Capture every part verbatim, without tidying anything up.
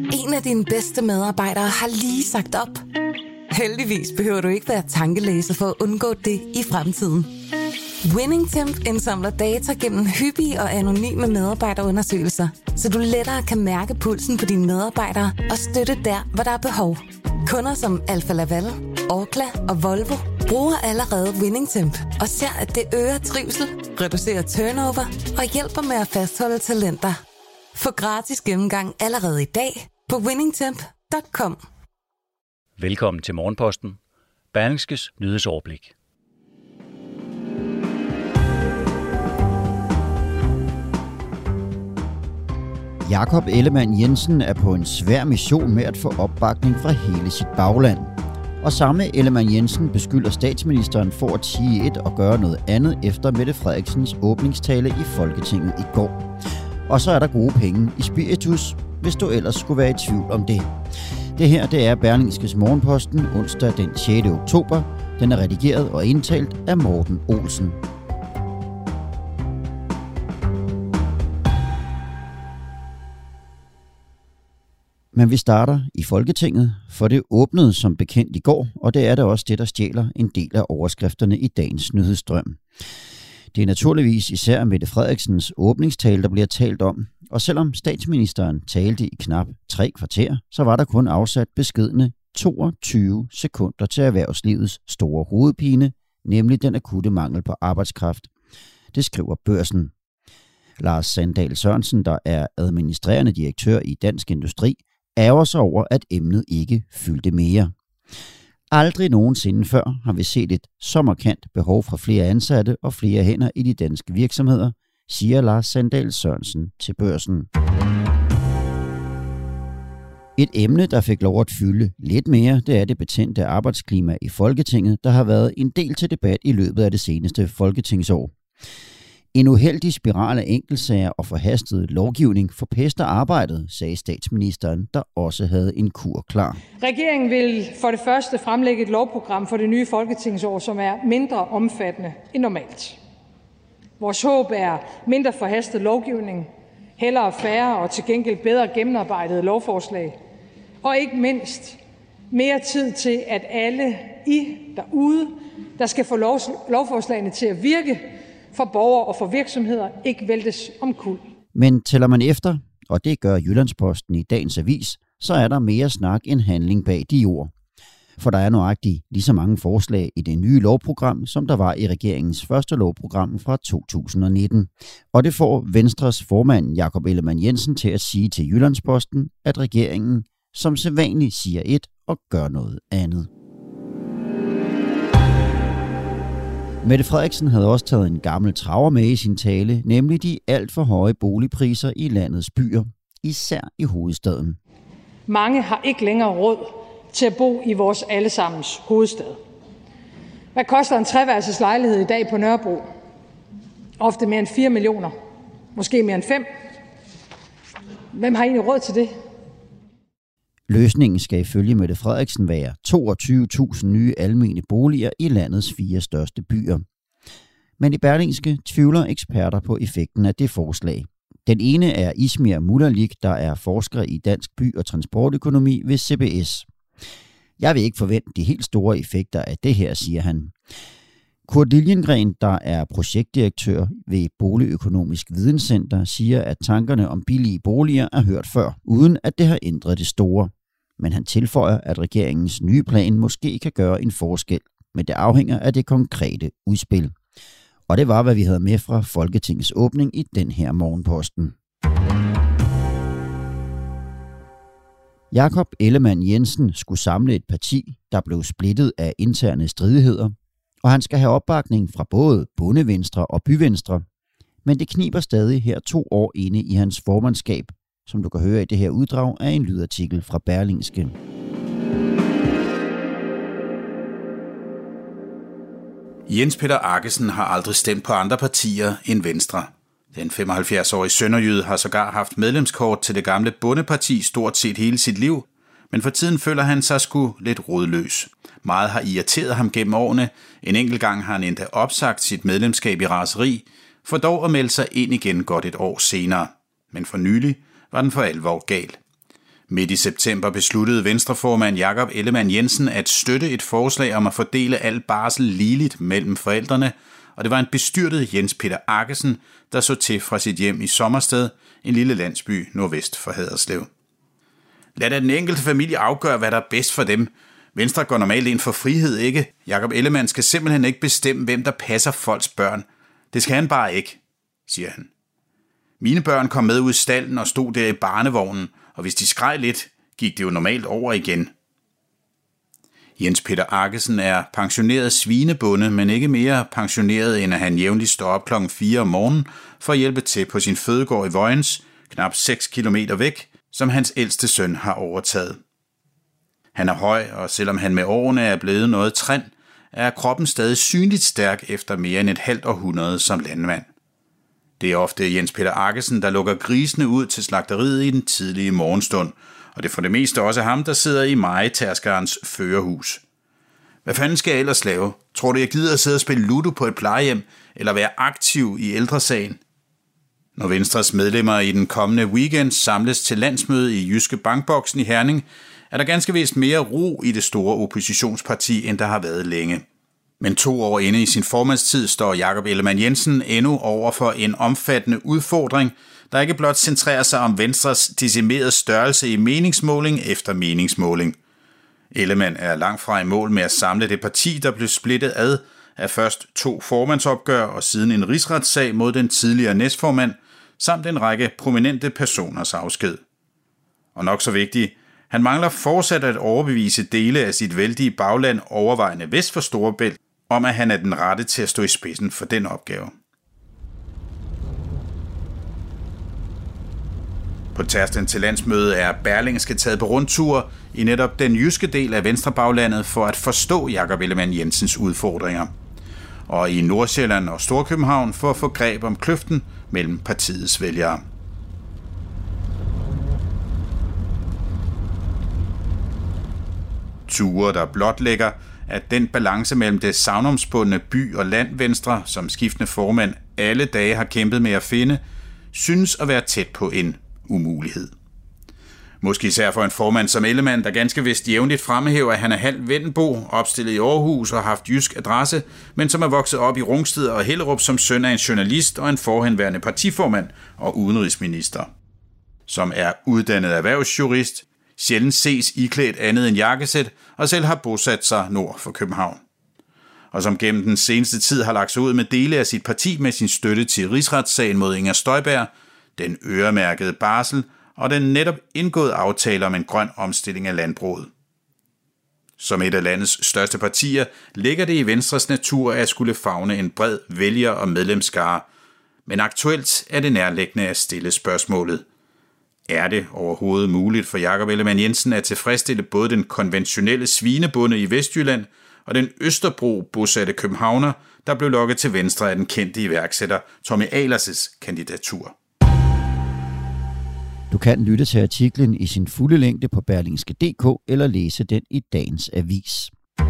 En af dine bedste medarbejdere har lige sagt op. Heldigvis behøver du ikke være tankelæser for at undgå det i fremtiden. WinningTemp indsamler data gennem hyppige og anonyme medarbejderundersøgelser, så du lettere kan mærke pulsen på dine medarbejdere og støtte der, hvor der er behov. Kunder som Alfa Laval, Orkla og Volvo bruger allerede WinningTemp og ser, at det øger trivsel, reducerer turnover og hjælper med at fastholde talenter. Få gratis gennemgang allerede i dag på winningtemp punktum com. Velkommen til Morgenposten, Berlingskes nyhedsoverblik. Jakob Ellemann-Jensen er på en svær mission med at få opbakning fra hele sit bagland. Og samme Ellemann-Jensen beskylder statsministeren for at sige et og gøre noget andet efter Mette Frederiksens åbningstale i Folketinget i går. Og så er der gode penge i spiritus, hvis du ellers skulle være i tvivl om det. Det her, det er Berlingskes Morgenposten onsdag den sjette oktober. Den er redigeret og indtalt af Morten Olsen. Men vi starter i Folketinget, for det åbnede som bekendt i går, og det er da også det, der stjæler en del af overskrifterne i dagens nyhedsstrøm. Det er naturligvis især Mette Frederiksens åbningstale, der bliver talt om, og selvom statsministeren talte i knap tre kvarter, så var der kun afsat beskedne toogtyve sekunder til erhvervslivets store hovedpine, nemlig den akutte mangel på arbejdskraft. Det skriver Børsen. Lars Sandahl Sørensen, der er administrerende direktør i Dansk Industri, ærger sig over, at emnet ikke fyldte mere. Aldrig nogensinde før har vi set et så markant behov for flere ansatte og flere hænder i de danske virksomheder, siger Lars Sandahl Sørensen til Børsen. Et emne, der fik lov at fylde lidt mere, det er det betændte arbejdsklima i Folketinget, der har været en del til debat i løbet af det seneste folketingsår. En uheldig spiral af enkeltsager og forhastet lovgivning forpester arbejdet, sagde statsministeren, der også havde en kur klar. Regeringen vil for det første fremlægge et lovprogram for det nye folketingsår, som er mindre omfattende end normalt. Vores håb er mindre forhastet lovgivning, hellere færre og til gengæld bedre gennemarbejdede lovforslag, og ikke mindst mere tid til, at alle I derude, der skal få lov, lovforslagene til at virke, for borgere og for virksomheder ikke væltes omkuld. Men tæller man efter, og det gør Jyllandsposten i dagens avis, så er der mere snak end handling bag de ord. For der er nøjagtigt lige så mange forslag i det nye lovprogram, som der var i regeringens første lovprogram fra to tusind og nitten. Og det får Venstres formand Jakob Ellemann-Jensen til at sige til Jyllandsposten, at regeringen som sædvanligt siger et og gør noget andet. Mette Frederiksen havde også taget en gammel traver med i sin tale, nemlig de alt for høje boligpriser i landets byer, især i hovedstaden. Mange har ikke længere råd til at bo i vores allesammens hovedstad. Hvad koster en treværelses lejlighed i dag på Nørrebro? Ofte mere end fire millioner, måske mere end fem. Hvem har egentlig råd til det? Løsningen skal ifølge Mette Frederiksen være toogtyve tusind nye almene boliger i landets fire største byer. Men i Berlingske tvivler eksperter på effekten af det forslag. Den ene er Ismir Mullerlik, der er forsker i dansk by- og transportøkonomi ved C B S. Jeg vil ikke forvente de helt store effekter af det her, siger han. Kurt Liljengren, der er projektdirektør ved Boligøkonomisk Videnscenter, siger, at tankerne om billige boliger er hørt før, uden at det har ændret det store. Men han tilføjer, at regeringens nye plan måske kan gøre en forskel, men det afhænger af det konkrete udspil. Og det var, hvad vi havde med fra Folketingets åbning i den her Morgenposten. Jakob Ellemann-Jensen skulle samle et parti, der blev splittet af interne stridigheder, og han skal have opbakning fra både bondevenstre og byvenstre, men det kniber stadig her to år inde i hans formandskab, som du kan høre i det her uddrag af en lydartikel fra Berlingske. Jens Peter Arkesen har aldrig stemt på andre partier end Venstre. Den femoghalvfjerds-årige sønderjyde har sågar haft medlemskort til det gamle bondeparti stort set hele sit liv, men for tiden føler han sig sgu lidt rodløs. Meget har irriteret ham gennem årene. En enkelt gang har han endda opsagt sit medlemskab i raseri, for dog at melde sig ind igen godt et år senere. Men for nylig var den for alvor gal. Midt i september besluttede Venstreformand Jakob Ellemann-Jensen at støtte et forslag om at fordele al barsel ligeligt mellem forældrene, og det var en bestyrtet Jens Peter Aggesen, der så til fra sit hjem i Sommersted, en lille landsby nordvest for Haderslev. Lad da den enkelte familie afgøre, hvad der er bedst for dem. Venstre går normalt ind for frihed, ikke? Jakob Ellemann skal simpelthen ikke bestemme, hvem der passer folks børn. Det skal han bare ikke, siger han. Mine børn kom med ud i stalden og stod der i barnevognen, og hvis de skreg lidt, gik det jo normalt over igen. Jens Peter Aggesen er pensioneret svinebonde, men ikke mere pensioneret, end at han jævnligt står op klokken fire om morgenen for at hjælpe til på sin fødegård i Vojens, knap seks kilometer væk, som hans ældste søn har overtaget. Han er høj, og selvom han med årene er blevet noget træn, er kroppen stadig synligt stærk efter mere end et halvt århundrede som landmand. Det er ofte Jens Peter Aggesen, der lukker grisene ud til slagteriet i den tidlige morgenstund, og det er for det meste også ham, der sidder i mejetærskerens førerhus. Hvad fanden skal jeg ellers lave? Tror du, jeg gider at sidde og spille ludo på et plejehjem, eller være aktiv i ældresagen? Når Venstres medlemmer i den kommende weekend samles til landsmøde i Jyske Bankboksen i Herning, er der ganske vist mere ro i det store oppositionsparti, end der har været længe. Men to år inde i sin formandstid står Jakob Ellemann-Jensen endnu over for en omfattende udfordring, der ikke blot centrerer sig om Venstres decimerede størrelse i meningsmåling efter meningsmåling. Ellemann er langt fra i mål med at samle det parti, der blev splittet ad af først to formandsopgør og siden en rigsretssag mod den tidligere næstformand, samt en række prominente personers afsked. Og nok så vigtigt, han mangler fortsat at overbevise dele af sit vældige bagland overvejende vest for Storebælt, om at han er den rette til at stå i spidsen for den opgave. På tærsten til landsmødet er Berlingske taget på rundtur i netop den jyske del af Venstrebaglandet for at forstå Jakob Ellemann-Jensens udfordringer. Og i Nordsjælland og Storkøbenhavn for at få greb om kløften mellem partiets vælgere. Ture, der blotlægger, at den balance mellem det sagnomspundne by- og landvenstre, som skiftende formand alle dage har kæmpet med at finde, synes at være tæt på en umulighed. Måske især for en formand som Ellemann, der ganske vist jævnligt fremhæver, at han er halv Vendelbo, opstillet i Aarhus og haft jysk adresse, men som er vokset op i Rungsted og Hellerup som søn af en journalist og en forhenværende partiformand og udenrigsminister. Som er uddannet erhvervsjurist, sjældent ses iklædt andet end jakkesæt og selv har bosat sig nord for København. Og som gennem den seneste tid har lagt sig ud med dele af sit parti med sin støtte til rigsretssagen mod Inger Støjberg, den øremærkede barsel og den netop indgåede aftale om en grøn omstilling af landbruget. Som et af landets største partier ligger det i Venstres natur at skulle favne en bred vælger- og medlemsskare, men aktuelt er det nærliggende at stille spørgsmålet: er det overhovedet muligt for Jakob Ellemann-Jensen at tilfredsstille både den konventionelle svinebonde i Vestjylland og den Østerbro bosatte københavner, der blev lokket til venstre af den kendte iværksætter Tommy Ahlers' kandidatur? Du kan lytte til artiklen i sin fulde længde på berlingske punktum d k eller læse den i dagens avis.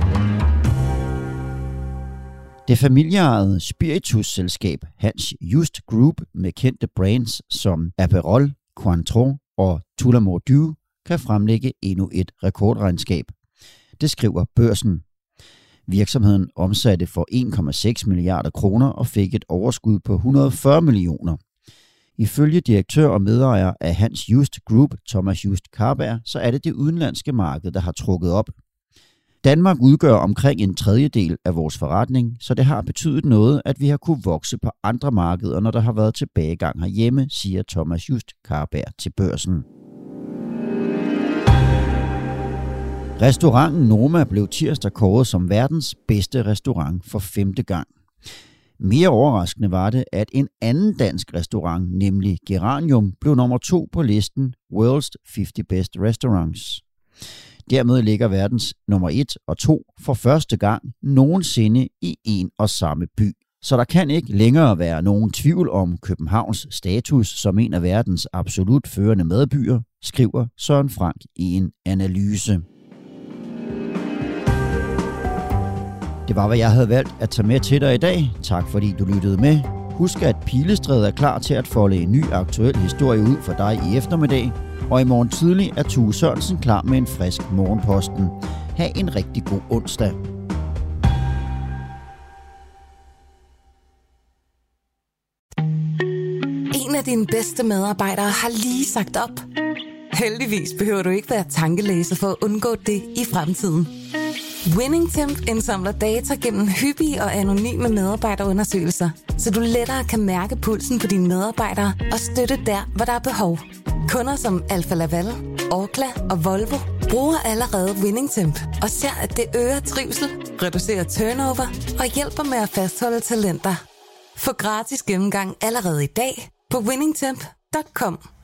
Det familieejede spiritusselskab Hans Just Group med kendte brands som Aperol, Cointreau og Tullamore Dew kan fremlægge endnu et rekordregnskab. Det skriver Børsen. Virksomheden omsatte for en komma seks milliarder kroner og fik et overskud på et hundrede og fyrre millioner. Ifølge direktør og medejer af Hans Just Group, Thomas Just Karberg, så er det det udenlandske marked, der har trukket op. Danmark udgør omkring en tredjedel af vores forretning, så det har betydet noget, at vi har kunne vokse på andre markeder, når der har været tilbagegang herhjemme, siger Thomas Just Karberg til Børsen. Restauranten Noma blev tirsdag kåret som verdens bedste restaurant for femte gang. Mere overraskende var det, at en anden dansk restaurant, nemlig Geranium, blev nummer to på listen World's halvtreds Best Restaurants. Dermed ligger verdens nummer et og to for første gang nogensinde i en og samme by. Så der kan ikke længere være nogen tvivl om Københavns status som en af verdens absolut førende madbyer, skriver Søren Frank i en analyse. Det var, hvad jeg havde valgt at tage med til dig i dag. Tak fordi du lyttede med. Husk, at Pilestrædet er klar til at folde en ny aktuel historie ud for dig i eftermiddag. Og i morgen tidlig er Tue Sørensen klar med en frisk Morgenposten. Ha' en rigtig god onsdag. En af dine bedste medarbejdere har lige sagt op. Heldigvis behøver du ikke være tankelæser for at undgå det i fremtiden. WinningTemp indsamler data gennem hyppige og anonyme medarbejderundersøgelser, så du lettere kan mærke pulsen på dine medarbejdere og støtte der, hvor der er behov. Kunder som Alfa Laval, Orkla og Volvo bruger allerede WinningTemp og ser, at det øger trivsel, reducerer turnover og hjælper med at fastholde talenter. Få gratis gennemgang allerede i dag på winningtemp punktum com.